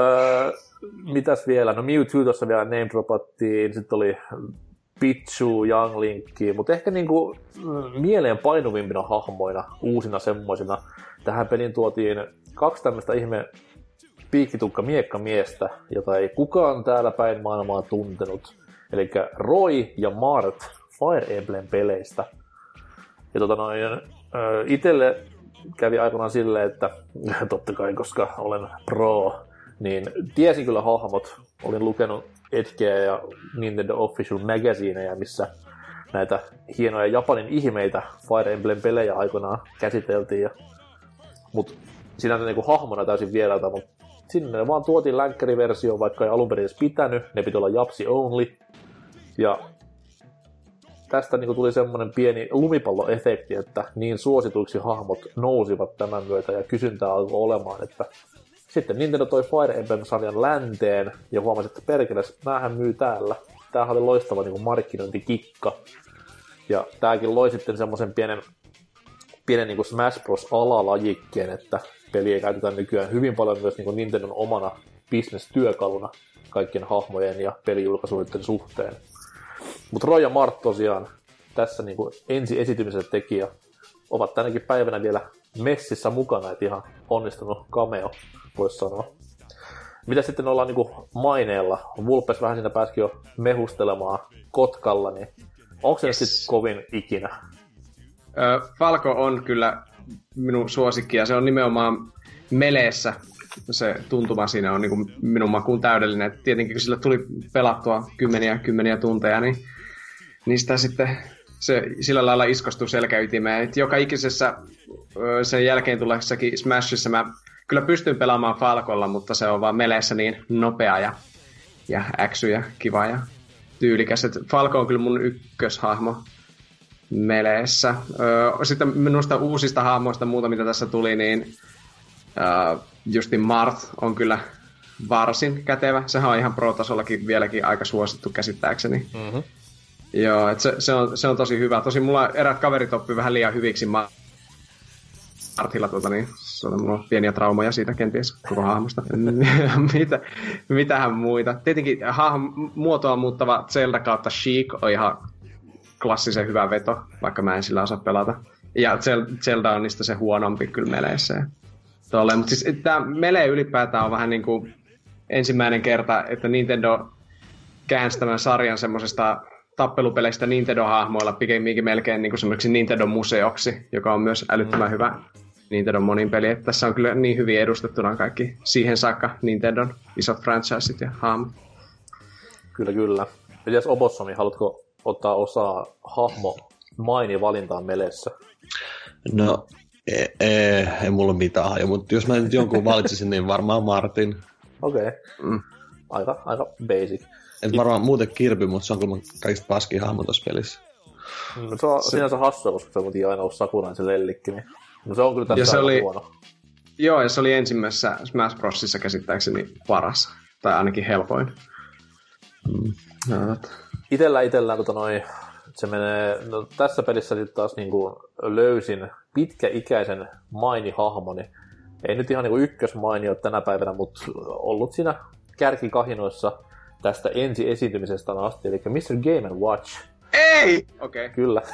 Mitäs vielä? No Mewtwo tuossa vielä name dropattiin, sitten oli Pichu, Young Linkki, mutta ehkä niinku mieleen painuvimpina hahmoina, uusina semmoisina. Tähän peliin tuotiin 2 tämmöistä ihme piikkitukka miekkamiestä, jota ei kukaan täällä päin maailmaa tuntenut. Eli Roy ja Mart Fire Emblem-peleistä. Ja itelle kävi aikanaan silleen, että totta kai, koska olen pro, niin tiesin kyllä hahmot. Olin lukenut Edgeä ja Nintendo Official Magazineja, missä näitä hienoja Japanin ihmeitä Fire Emblem-pelejä aikanaan käsiteltiin. Mutta sinänsä niinku hahmona täysin vierailta, mutta sinne vaan tuotiin länkkäriversio, vaikka ei alun perin edes pitänyt. Ne piti olla Japsi only. Ja tästä niinku tuli semmoinen pieni lumipalloefekti, että niin suosituiksi hahmot nousivat tämän myötä ja kysyntää alkoi olemaan, että sitten Nintendo toi Fire Emblem-sarjan länteen ja huomasi, että perkeles, näähän myy täällä. Tämähän oli loistava niinku markkinointikikka. Ja tääkin loi sitten semmoisen pienen niinku Smash Bros. Alalajikkeen, että peliä käytetään nykyään hyvin paljon myös niinku Nintendon omana business-työkaluna kaikkien hahmojen ja pelijulkaisuuden suhteen. Mutta Roy ja Mart tosiaan tässä niinku ensi-esitymisen tekijä ovat tänäkin päivänä vielä messissä mukana, että ihan onnistunut cameo, voisi sanoa. Mitä sitten ollaan niinku maineella? Vulpes vähän siinä pääsikin jo mehustelemaan Kotkalla, niin onko se sitten kovin ikinä?
Falco on kyllä minun suosikki ja se on nimenomaan Meleessä. Se tuntuma siinä on niin kuin minun makuun täydellinen. Et tietenkin kun sillä tuli pelattua kymmeniä tunteja, niin sitä sitten se sillä lailla iskostuu selkäytimeen. Et joka ikisessä sen jälkeen tulleessakin Smashissa mä kyllä pystyn pelaamaan Falcolla, mutta se on vaan Meleessä niin nopea ja äksy ja kiva ja tyylikäs. Et Falco on kyllä mun ykköshahmo Meleessä. Sitten minusta uusista hahmoista muuta, mitä tässä tuli, niin justin Mart on kyllä varsin kätevä. Sehän on ihan pro-tasollakin vieläkin aika suosittu käsittääkseni. Mm-hmm. Joo, et se on tosi hyvä. Tosin mulla eräät kaverit oppii vähän liian hyviksi Martilla, niin mulla on pieniä traumoja siitä kenties koko hahmosta. Mitähän muita? Tietenkin muotoa muuttava Zelda kautta Sheik on ihan klassisen hyvä veto, vaikka mä en sillä osaa pelata. Ja Zelda on niistä se huonompi kyllä Meleissä. Mutta siis tämä Melee ylipäätään on vähän niin kuin ensimmäinen kerta, että Nintendo käänsi tämän sarjan semmoisesta tappelupeleistä Nintendo-hahmoilla pikemminkin melkein niin kuin semmoiseksi Nintendo-museoksi, joka on myös älyttömän hyvä Nintendo monin peli. Että tässä on kyllä niin hyvin edustettuna kaikki siihen saakka Nintendon isot franchiseit ja hahmot.
Kyllä. Mites Obossomi, haluatko ottaa osaa hahmo mainivalintaan Meleessä?
No, ei mulla mitään, mutta jos mä nyt jonkun valitsisin, niin varmaan Martin.
Okei. Aika basic.
Et varmaan muuten Kirby, mutta se on kyllä kaikista paskin hahmo tuossa pelissä.
No, se on sinänsä hassua, koska se on kuitenkin aina ollut Sakuran se lellikki. Niin. No se on kyllä tässä aika huono.
Joo, ja se oli ensimmäisessä Smash Brosissa käsittääkseni paras. Tai ainakin helpoin.
Itellään se menee, no tässä pelissä nyt taas niinku löysin pitkäikäisen mainihahmoni. Ei nyt ihan niinku ykkösmaini ole tänä päivänä, mutta ollut siinä kärkikahinoissa tästä ensi-esiintymisestä asti, eli Mr. Game & Watch.
Ei! Okei. Okay.
Kyllä.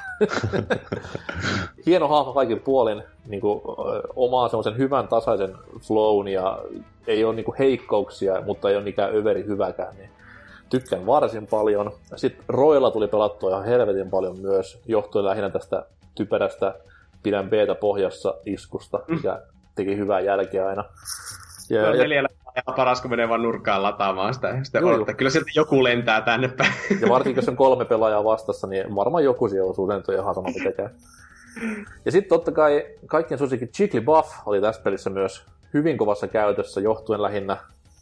Hieno hahmo kaikin puolin, niinku, omaa semmoisen hyvän tasaisen flown ja ei ole niinku heikkouksia, mutta ei ole mikään överi hyväkään, niin tykkään varsin paljon. Sitten Roilla tuli pelattua ihan helvetin paljon myös, johtuen lähinnä tästä typerästä pidän B-tä pohjassa iskusta, mikä teki hyvää jälkeä aina.
Ja 4 ihan paras, kun menee vaan nurkkaan lataamaan sitä odottaa. Kyllä sieltä joku lentää tänne päin.
Ja varsinkin, jos on 3 pelaajaa vastassa, niin varmaan joku siellä osuu lentoon ihan sama mitenkään. Ja sitten totta kai kaikkien suosikin Jigglypuff oli tässä pelissä myös hyvin kovassa käytössä, johtuen lähinnä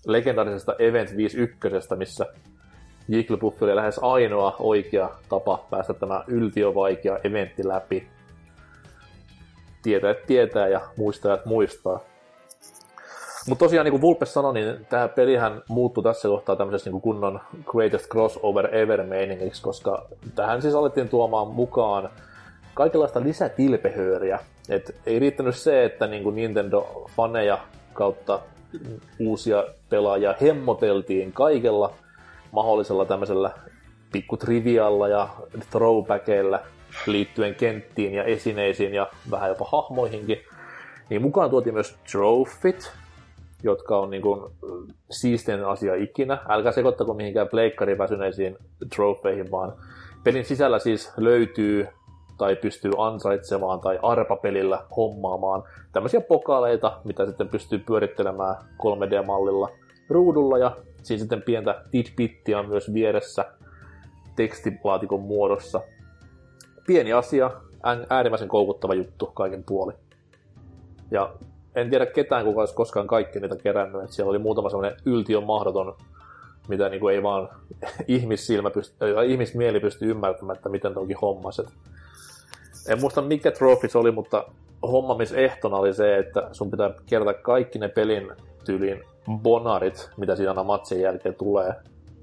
legendaarisesta Event 51, missä Jigglypuff oli lähes ainoa oikea tapa päästä tämä yltiövaikea eventti läpi. Tietäjät tietää ja muistajat muistaa. Mutta tosiaan, niin kuin Vulpes sanoi, niin tämä pelihän muuttui tässä kohtaa tämmöisessä niin kunnon greatest crossover ever -meiningiksi, koska tähän siis alettiin tuomaan mukaan kaikenlaista lisätilpehööriä. Et ei riittänyt se, että niin kuin Nintendo-faneja kautta uusia pelaajia hemmoteltiin kaikella mahdollisella tämmöisellä pikkutrivialla ja throwbackeilla liittyen kenttiin ja esineisiin ja vähän jopa hahmoihinkin. Niin mukaan tuotiin myös trophyt, jotka on niin kuin siisteen asia ikinä. Älkää sekoittako mihinkään pleikkariin väsyneisiin trofeihin, vaan pelin sisällä siis löytyy tai pystyy ansaitsemaan tai arpapelillä hommaamaan tämmöisiä pokaaleita, mitä sitten pystyy pyörittelemään 3D-mallilla ruudulla, ja siinä sitten pientä tidbittiä on myös vieressä tekstilaatikon muodossa. Pieni asia, äärimmäisen koukuttava juttu kaiken puoli. Ja en tiedä ketään, kuka olisi koskaan kaikki niitä kerännyt, että siellä oli muutama semmoinen yltiön mahdoton, mitä niin kuin ei vaan ihmismieli pysty ymmärtämään, että miten onkin hommaset. En muista mikä trofi se oli, mutta hommamisehtona oli se, että sun pitää kerätä kaikki ne pelin tyyliin bonarit, mitä siinä aina matsin jälkeen tulee.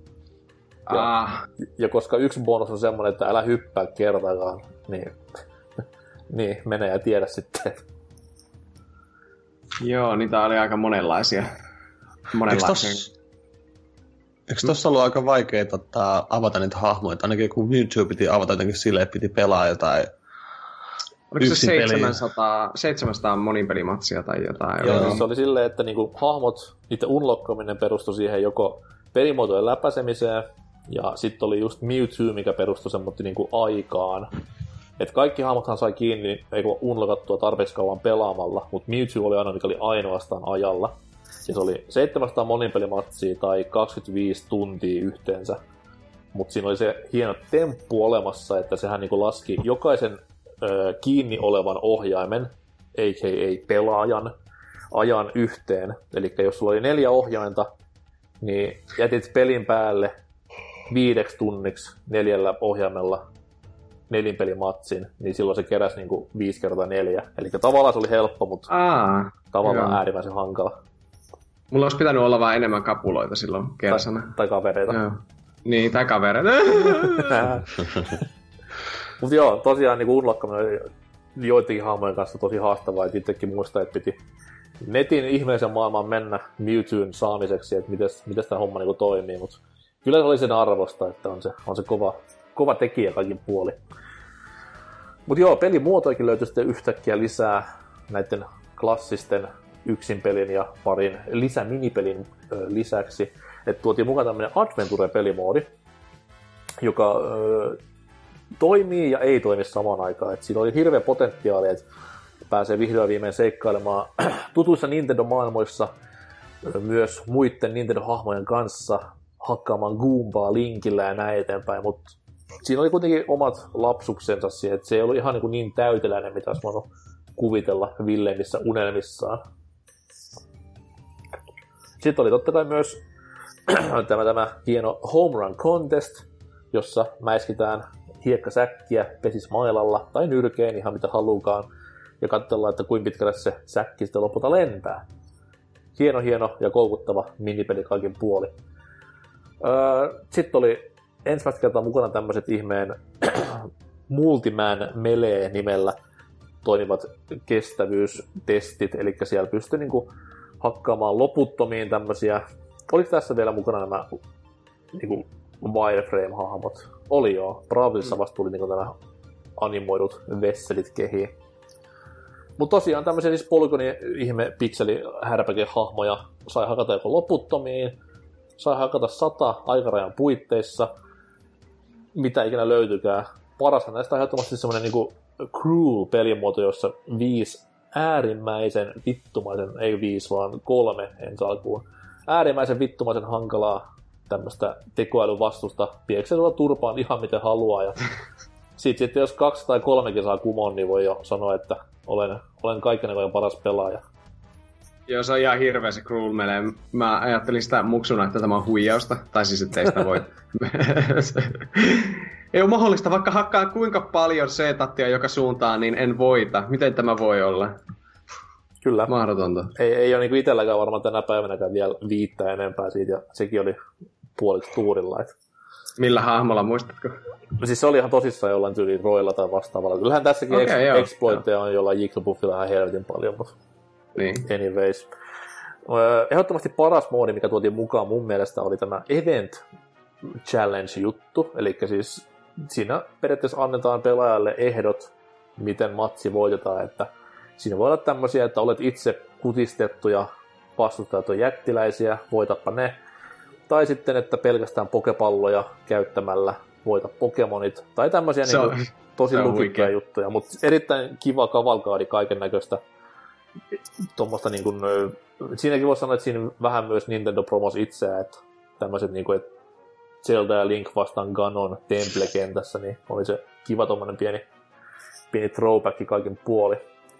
Ja koska yksi bonus on semmoinen, että älä hyppää kertaakaan, niin mene ja tiedä sitten.
Joo, niitä oli aika monenlaisia.
Eikö tossa ollut aika vaikea avata niitä hahmoja? Ainakin kun Mewtwo piti avata jotenkin silleen, että piti pelaa jotain.
Oliko se 700 monipelimatsia tai jotain?
Joo, se oli silleen, että niinku hahmot, niiden unlockkaminen perustui siihen joko pelimuotojen läpäisemiseen, ja sitten oli just Mewtwo, mikä perustui semmoinen niinku aikaan. Et kaikki hahmothan sai kiinni, ei unlockattua tarpeeksi kauan pelaamalla, mutta Mewtwo oli aina, mikä oli ainoastaan ajalla. Ja se oli 700 monipelimatsia tai 25 tuntia yhteensä. Mutta siinä oli se hieno temppu olemassa, että sehän niinku laski jokaisen kiinni olevan ohjaimen, a.k.a. pelaajan, ajan yhteen. Eli jos sulla oli 4 ohjainta, niin jätit pelin päälle 5 tunniksi 4 ohjaimella nelinpelimatsin, niin silloin se keräsi niinku 5x4. Eli tavallaan se oli helppo, mutta tavallaan äärimmäisen hankala.
Mulla olisi pitänyt olla vaan enemmän kapuloita silloin kersana.
Tai kavereita.
Joo. Niin, tai kavereita.
Mutta joo, tosiaan niin unlockkaminen oli joidenkin hahmojen kanssa tosi haastavaa, että itsekin muistaa, että piti netin ihmeellisen maailman mennä Mewtwoon saamiseksi, että miten tämä homma niin toimii, mutta kyllä se oli sen arvosta, että on se kova tekijä kaikin puoli. Mutta joo, pelimuotoikin löytyi sitten yhtäkkiä lisää näiden klassisten yksinpelin ja parin lisäminipelin lisäksi, että tuotiin mukaan tämmöinen Adventure-pelimoodi, joka toimii ja ei toimi samaan aikaan. Et siinä oli hirveä potentiaali, että pääsee vihdoin viimein seikkailemaan tutuissa Nintendo-maailmoissa myös muiden Nintendo-hahmojen kanssa, hakkaamaan Goombaa Linkillä ja näin eteenpäin, mutta siinä oli kuitenkin omat lapsuksensa siihen, että se ei ollut ihan niin täyteläinen, mitä olisi voinut kuvitella villeimmissä unelmissaan. Sitten oli totta kai myös tämä hieno Home Run Contest, jossa mäiskitään hiekkasäkkiä pesismailalla tai nyrkeen, ihan mitä halukaan, ja katsellaan, että kuinka pitkälle se säkki sitten lopulta lentää. Hieno ja koukuttava minipeli kaikin puoli. Sitten oli ensimmäistä kertaa mukana tämmöiset ihmeen Multiman Melee-nimellä toimivat kestävyystestit, eli siellä pystyi niinku hakkaamaan loputtomiin tämmöisiä. Oliko tässä vielä mukana nämä niinku wireframe-hahmot? Oli joo. Bravilissa vasta tuli niinku nämä animoidut vesselit kehiin. Mutta tosiaan tämmöisiä siis polygoni-ihme pikseli-härpäke-hahmoja sai hakata joko loputtomiin, sai hakata 100 aikarajan puitteissa, mitä ikinä löytykään. Parashan näistä on ehdottomasti semmoinen niinku Cruel-pelimuoto, jossa 5 äärimmäisen vittumaisen, ei 5 vaan 3 ensi alkuun, äärimmäisen vittumaisen hankalaa tämmöistä tekoälyvastusta pieksee tuolla turpaan ihan miten haluaa. Ja sitten jos 2 tai 3 saa kumon, niin voi jo sanoa, että olen kaiken ajan paras pelaaja.
Joo, se on ihan hirveä se Cruel Melee. Mä ajattelin sitä muksuna, että tämä on huijausta. Tai siis, ettei sitä voi... Ei ole mahdollista, vaikka hakkaa kuinka paljon C-tattia joka suuntaan, niin en voita. Miten tämä voi olla?
Kyllä.
Mahdotonta.
Ei ole niinku itselläkään varmaan tänä päivänäkään vielä viittä enempää siitä, ja sekin oli puoliksi tuurilla.
Millä hahmolla, muistatko?
Siis se oli ihan tosissaan jollain tyyliin Roilla tai vastaavalla. Kyllähän tässäkin exploitteja on jollain Jigglypuffilla ihan helvetin paljon, mutta
niin.
Anyways. Ehdottomasti paras moodi, mikä tuotiin mukaan mun mielestä, oli tämä Event Challenge-juttu. Eli siis siinä periaatteessa annetaan pelaajalle ehdot, miten matsi voitetaan. Että siinä voi olla tämmöisiä, että olet itse kutistettuja, vastustajat on jättiläisiä, voitapa ne. Tai sitten, että pelkästään pokepalloja käyttämällä voita Pokemonit. Tai tämmöisiä niin tosi lukittuja juttuja. Mutta erittäin kiva kavalkaadi kaiken näköistä. Tuommoista niin kuin, siinäkin voi sanoa, että siinä vähän myös Nintendo promos itseään, että tämmöiset niin kuin, että Zelda ja Link vastaan Ganon Temple-kentässä, niin oli se kiva tommonen pieni throwback kaiken puoli.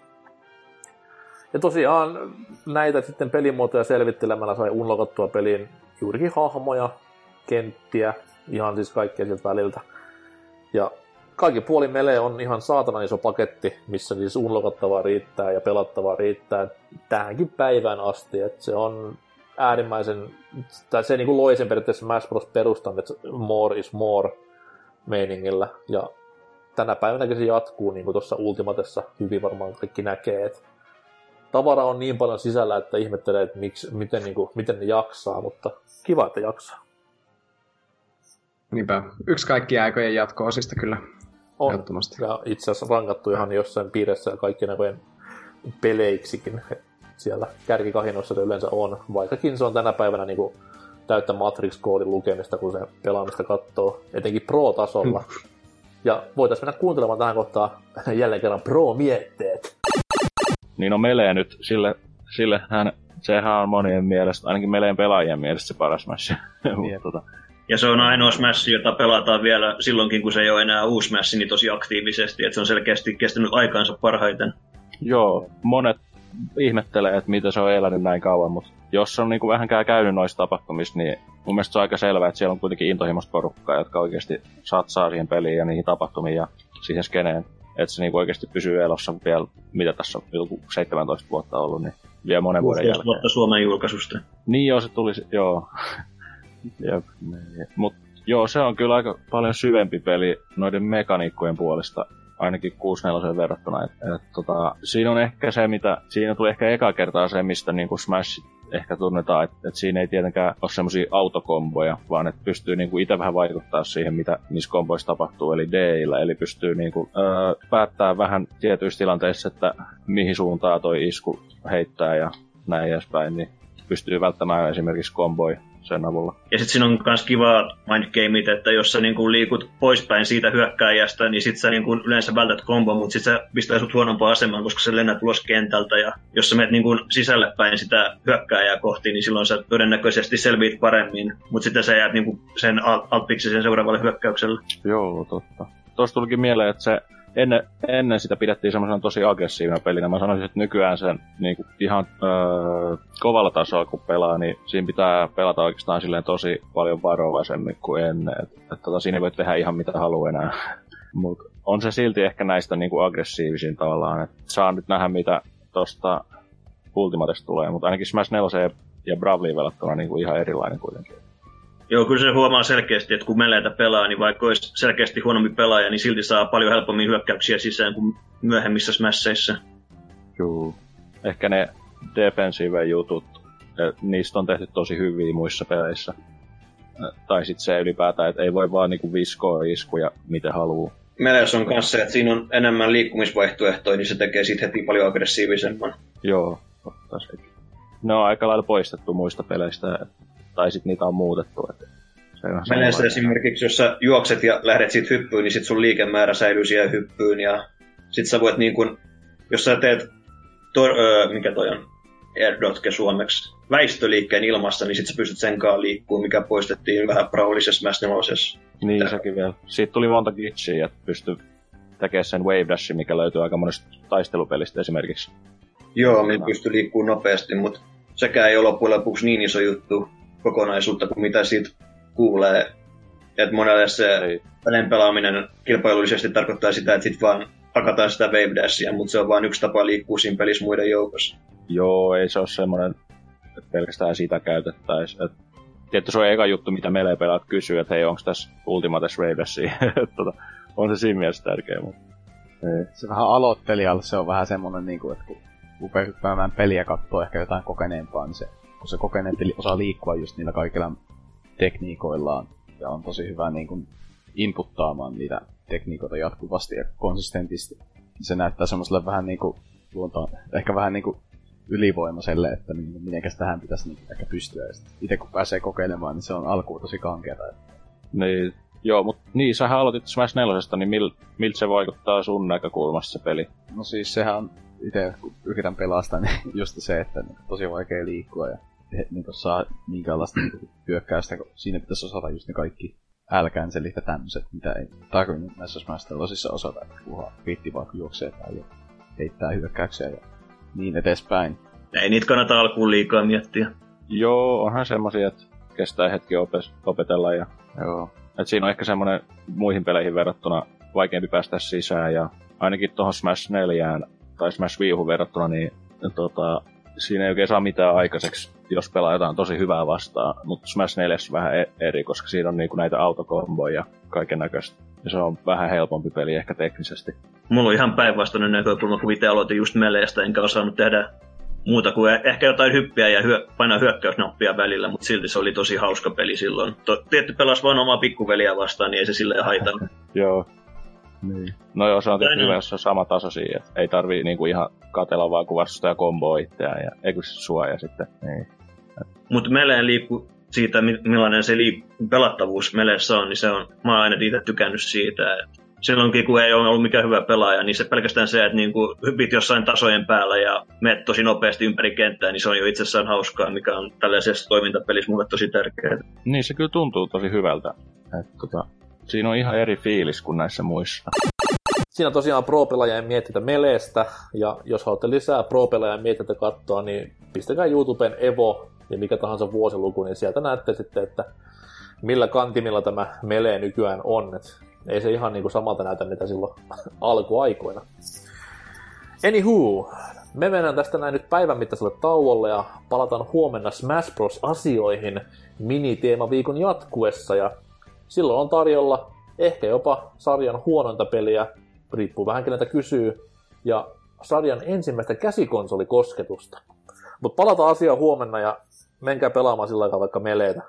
Ja tosiaan näitä sitten pelimuotoja selvittelemällä sai unlockattua peliin juurikin hahmoja, kenttiä, ihan siis kaikkea sieltä väliltä. Ja kaikki puoli Melee on ihan saatanan iso paketti, missä siis unlockattavaa riittää ja pelattavaa riittää tähänkin päivään asti. Et se on äärimmäisen, tai se niinku loi sen periaatteessa Smash Bros. Perustan, että more is more meiningillä. Ja tänä päivänäkin se jatkuu, niin kuin tuossa Ultimatessa hyvin varmaan kaikki näkee, että tavara on niin paljon sisällä, että ihmettelee, että miten ne jaksaa, mutta kiva, että jaksaa.
Niinpä. Yksi kaikkien aikojen jatko-osista kyllä.
On. Ja itse asiassa rankattu ihan jossain piirissä ja kaikkien aikojen peleiksikin. Siellä kärkikahinoissa se yleensä on, vaikkakin se on tänä päivänä niinku täyttä Matrix-koodin lukemista, kun se pelaamista katsoo, etenkin Pro-tasolla. Ja voitaisiin mennä kuuntelemaan tähän kohtaan jälleen kerran Pro-mietteet.
Niin on Melee nyt, sehän on monien mielestä, ainakin Meleen pelaajien mielestä se paras Smash.
Ja se on ainoa Smash, jota pelataan vielä silloinkin, kun se ei ole enää uusi Smash, niin tosi aktiivisesti, että se on selkeästi kestänyt aikaansa parhaiten.
Joo, monet ihmettelee, että mitä se on elänyt näin kauan, mutta jos on niinku vähänkään käynyt noissa tapahtumissa, niin mun mielestä se on aika selvää, että siellä on kuitenkin intohimoista porukkaa, jotka oikeasti satsaa siihen peliin ja niihin tapahtumiin ja siihen skeneen. Että se niinku oikeasti pysyy elossa vielä, mitä tässä on joku 17 vuotta ollut, niin vielä monen vuoden jälkeen.
16 vuotta Suomen julkaisusta.
Niin joo, se tuli, joo. Mut joo, se on kyllä aika paljon syvempi peli noiden mekaniikkojen puolesta, ainakin 6.4 verrattuna. Siinä on ehkä se, siinä tuli ehkä eka kertaa se, mistä niinku Smash ehkä tunnetaan, että siinä ei tietenkään ole semmosia autokomboja, vaan että pystyy niinku itse vähän vaikuttaa siihen, mitä niissä komboissa tapahtuu, eli D-illä, eli pystyy niinku päättää vähän tietyissä tilanteissa, että mihin suuntaan toi isku heittää ja näin edespäin, niin pystyy välttämään esimerkiksi komboja sen avulla. Ja
sit siinä on kans kiva mindgameit, että jos sä niinku liikut poispäin siitä hyökkääjästä, niin sit sä niinku yleensä vältät kombon, mutta sit sä pistää sut huonompaan asemaan, koska sä lennät ulos kentältä. Ja jos sä menet niinku sisälle päin sitä hyökkääjää kohti, niin silloin sä todennäköisesti selviit paremmin. Mutta sitten sä jäät niinku sen altiksi sen seuraavalle hyökkäykselle.
Joo, totta. Tuosta tulikin mieleen, että se ennen sitä pidettiin semmoisena tosi aggressiivina pelinä. Mä sanoisin, että nykyään sen niinku ihan kovalla tasolla kun pelaa, niin siinä pitää pelata oikeastaan silleen tosi paljon varovaisemmin kuin ennen. Siinä ei voi tehdä ihan mitä haluaa enää. Mut on se silti ehkä näistä niinku aggressiivisin tavallaan. Et saa nyt nähdä mitä tosta Ultimatesta tulee, mutta ainakin Smash 4 ja Bravely verrattuna niinku ihan erilainen kuitenkin.
Joo, kyllä se huomaa selkeästi, että kun Meleitä pelaa, niin vaikka olisi selkeästi huonompi pelaaja, niin silti saa paljon helpommin hyökkäyksiä sisään kuin myöhemmissä Smashissa.
Joo. Ehkä ne defensive-jutut, niistä on tehty tosi hyviä muissa peleissä. Tai sitten se ylipäätään, että ei voi vaan niinku viskoa iskuja miten haluaa.
Meleessä on myös se, että siinä on enemmän liikkumisvaihtoehtoja, niin se tekee siitä heti paljon aggressiivisemman.
Joo, totta sekin. Ne on aika lailla poistettu muista peleistä, tai sitten niitä on muutettu.
Meleessä esimerkiksi, jos sä juokset ja lähdet siitä hyppyyn, niin sit sun liikemäärä säilyy siihen hyppyyn. Ja sit sä voit niin kun, jos sä teet, mikä toi on, airdotke suomeksi, väistöliikkeen ilmassa, niin sit sä pystyt senkaan liikkuun, mikä poistettiin vähän Brawlisessa Smash 4.
Niin, sekin vielä. Siitä tuli monta glitchiä, että pystyi tekemään sen wave dashin, mikä löytyy aika monesta taistelupelistä esimerkiksi.
Joo, millä pystyy liikkuu nopeasti, mutta sekään ei ole loppujen lopuksi niin iso juttu kokonaisuutta kuin mitä siitä kuulee. Että monelle se pelin pelaaminen kilpailullisesti tarkoittaa sitä, että sit vaan hakataan sitä wave dashia, mutta se on vain yksi tapa liikkua siinä pelissä muiden joukossa.
Joo, ei se ole semmoinen, että pelkästään sitä käytettäisiin. Tietysti se on eka juttu, mitä melee pelaat kysyy, että hei, onko tässä Ultimates wave dashia? On se siinä mielessä tärkeä, mutta...
Se vähän aloittelijalle, se on vähän semmonen niinku, että kun rupeaa hyppäämään peliä kattoo ehkä jotain kokeneempaa, niin se, kun se kokeneempi osaa liikkua just niillä kaikilla tekniikoillaan ja on tosi hyvä niinku inputtaamaan niitä tekniikoita jatkuvasti ja konsistentisti. Se näyttää semmoselle vähän niinku ehkä vähän niinku ylivoimaiselle, että mitenkäs tähän pitäisi niinku ehkä pystyä. Itse kun pääsee kokeilemaan, niin se on alkuun tosi kankeata.
Niin, joo, mutta niin, sähän aloitit Smash 4:stä, niin miltä se vaikuttaa sun näkökulmasta se peli?
No siis sehän on itse, kun yritän pelastaa, niin just se, että niin tosi vaikea liikkua ja niin saa minkäänlaista niin hyökkäystä, kun siinä pitäisi osata just ne kaikki älkänselit ja tämmöset, mitä ei tarvinnut näissä Smash 4:ssa osata, että kunhan riitti vaan juoksee tai ja heittää hyökkäyksiä ja niin edespäin.
Ei niitä kannata alkuun liikaa miettiä.
Joo, onhan semmosia, että kestää hetki opetella ja...
Joo.
Et siinä on ehkä semmonen muihin peleihin verrattuna vaikeampi päästä sisään ja ainakin tohon Smash 4 tai Smash Wii U:hun verrattuna, niin siinä ei oikein saa mitään aikaiseksi, jos pelaa jotain tosi hyvää vastaan. Mutta Smash 4 on vähän eri, koska siinä on niinku näitä autokomboja ja kaiken näköistä. Ja se on vähän helpompi peli ehkä teknisesti.
Mulla on ihan päinvastainen näkökulma, kun itse aloitin just Meleestä, enkä osannut tehdä muuta kuin ehkä jotain hyppiä ja painaa hyökkäysnappia välillä, mutta silti se oli tosi hauska peli silloin. Tietty pelasi vaan omaa pikkuveliä vastaan, niin ei se silleen haitannut.
Joo. Niin. No joo, se on tietysti hyvä, jos se on sama taso siinä, että ei tarvii niinku ihan katella vaan, kun vastustaja komboo itseään ja eikö se sua ja sitten, niin.
Mutta Meleen liikkuu siitä, millainen se pelattavuus Meleessä on, niin se on, mä oon aina itse tykännyt siitä, että silloinkin, kun ei ole ollut mikään hyvä pelaaja, niin se pelkästään se, että niinku hypit jossain tasojen päällä ja menet tosi nopeasti ympäri kenttää, niin se on jo itsessään hauskaa, mikä on tällaisessa toimintapelissä mulle tosi tärkeää.
Niin, se kyllä tuntuu tosi hyvältä. Siinä on ihan eri fiilis kuin näissä muissa.
Siinä tosiaan pro-pelaajien mietitä Meleestä, ja jos haluatte lisää pro-pelaajien mietitä katsoa, niin pistäkää YouTubeen Evo ja mikä tahansa vuosiluku, niin sieltä näette sitten, että millä kantimilla tämä Melee nykyään on. Et ei se ihan niinku samalta näytä, mitä silloin alkuaikoina. Anywho, me mennään tästä näin nyt päivän mittaiselle tauolle ja palataan huomenna Smash Bros. Asioihin miniteemaviikon jatkuessa. Ja silloin on tarjolla ehkä jopa sarjan huonointa peliä, riippuu vähän keneltä kysyy, ja sarjan ensimmäistä käsikonsolikosketusta. Mutta palataan asiaan huomenna ja menkää pelaamaan sillä aikaa vaikka Meleetä.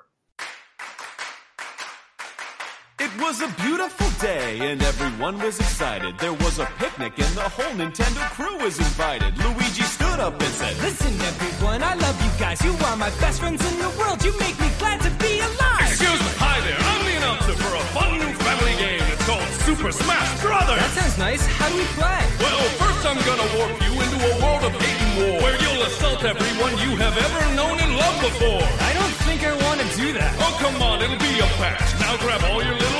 It was a beautiful day and everyone was excited. There was a picnic and the whole Nintendo crew was invited. Luigi stood up and said,
"Listen everyone, I love you guys. You are my best friends in the world. You make me glad to be alive."
"Excuse me, hi there. I'm the announcer for a fun new family game. It's called Super Smash Brothers."
That sounds nice. How do we play?
Well, first I'm gonna warp you into a world of hate and war, where you'll assault everyone you have ever known and loved before.
I don't think I want to do that.
Oh, come on, it'll be a pass. Now grab all your little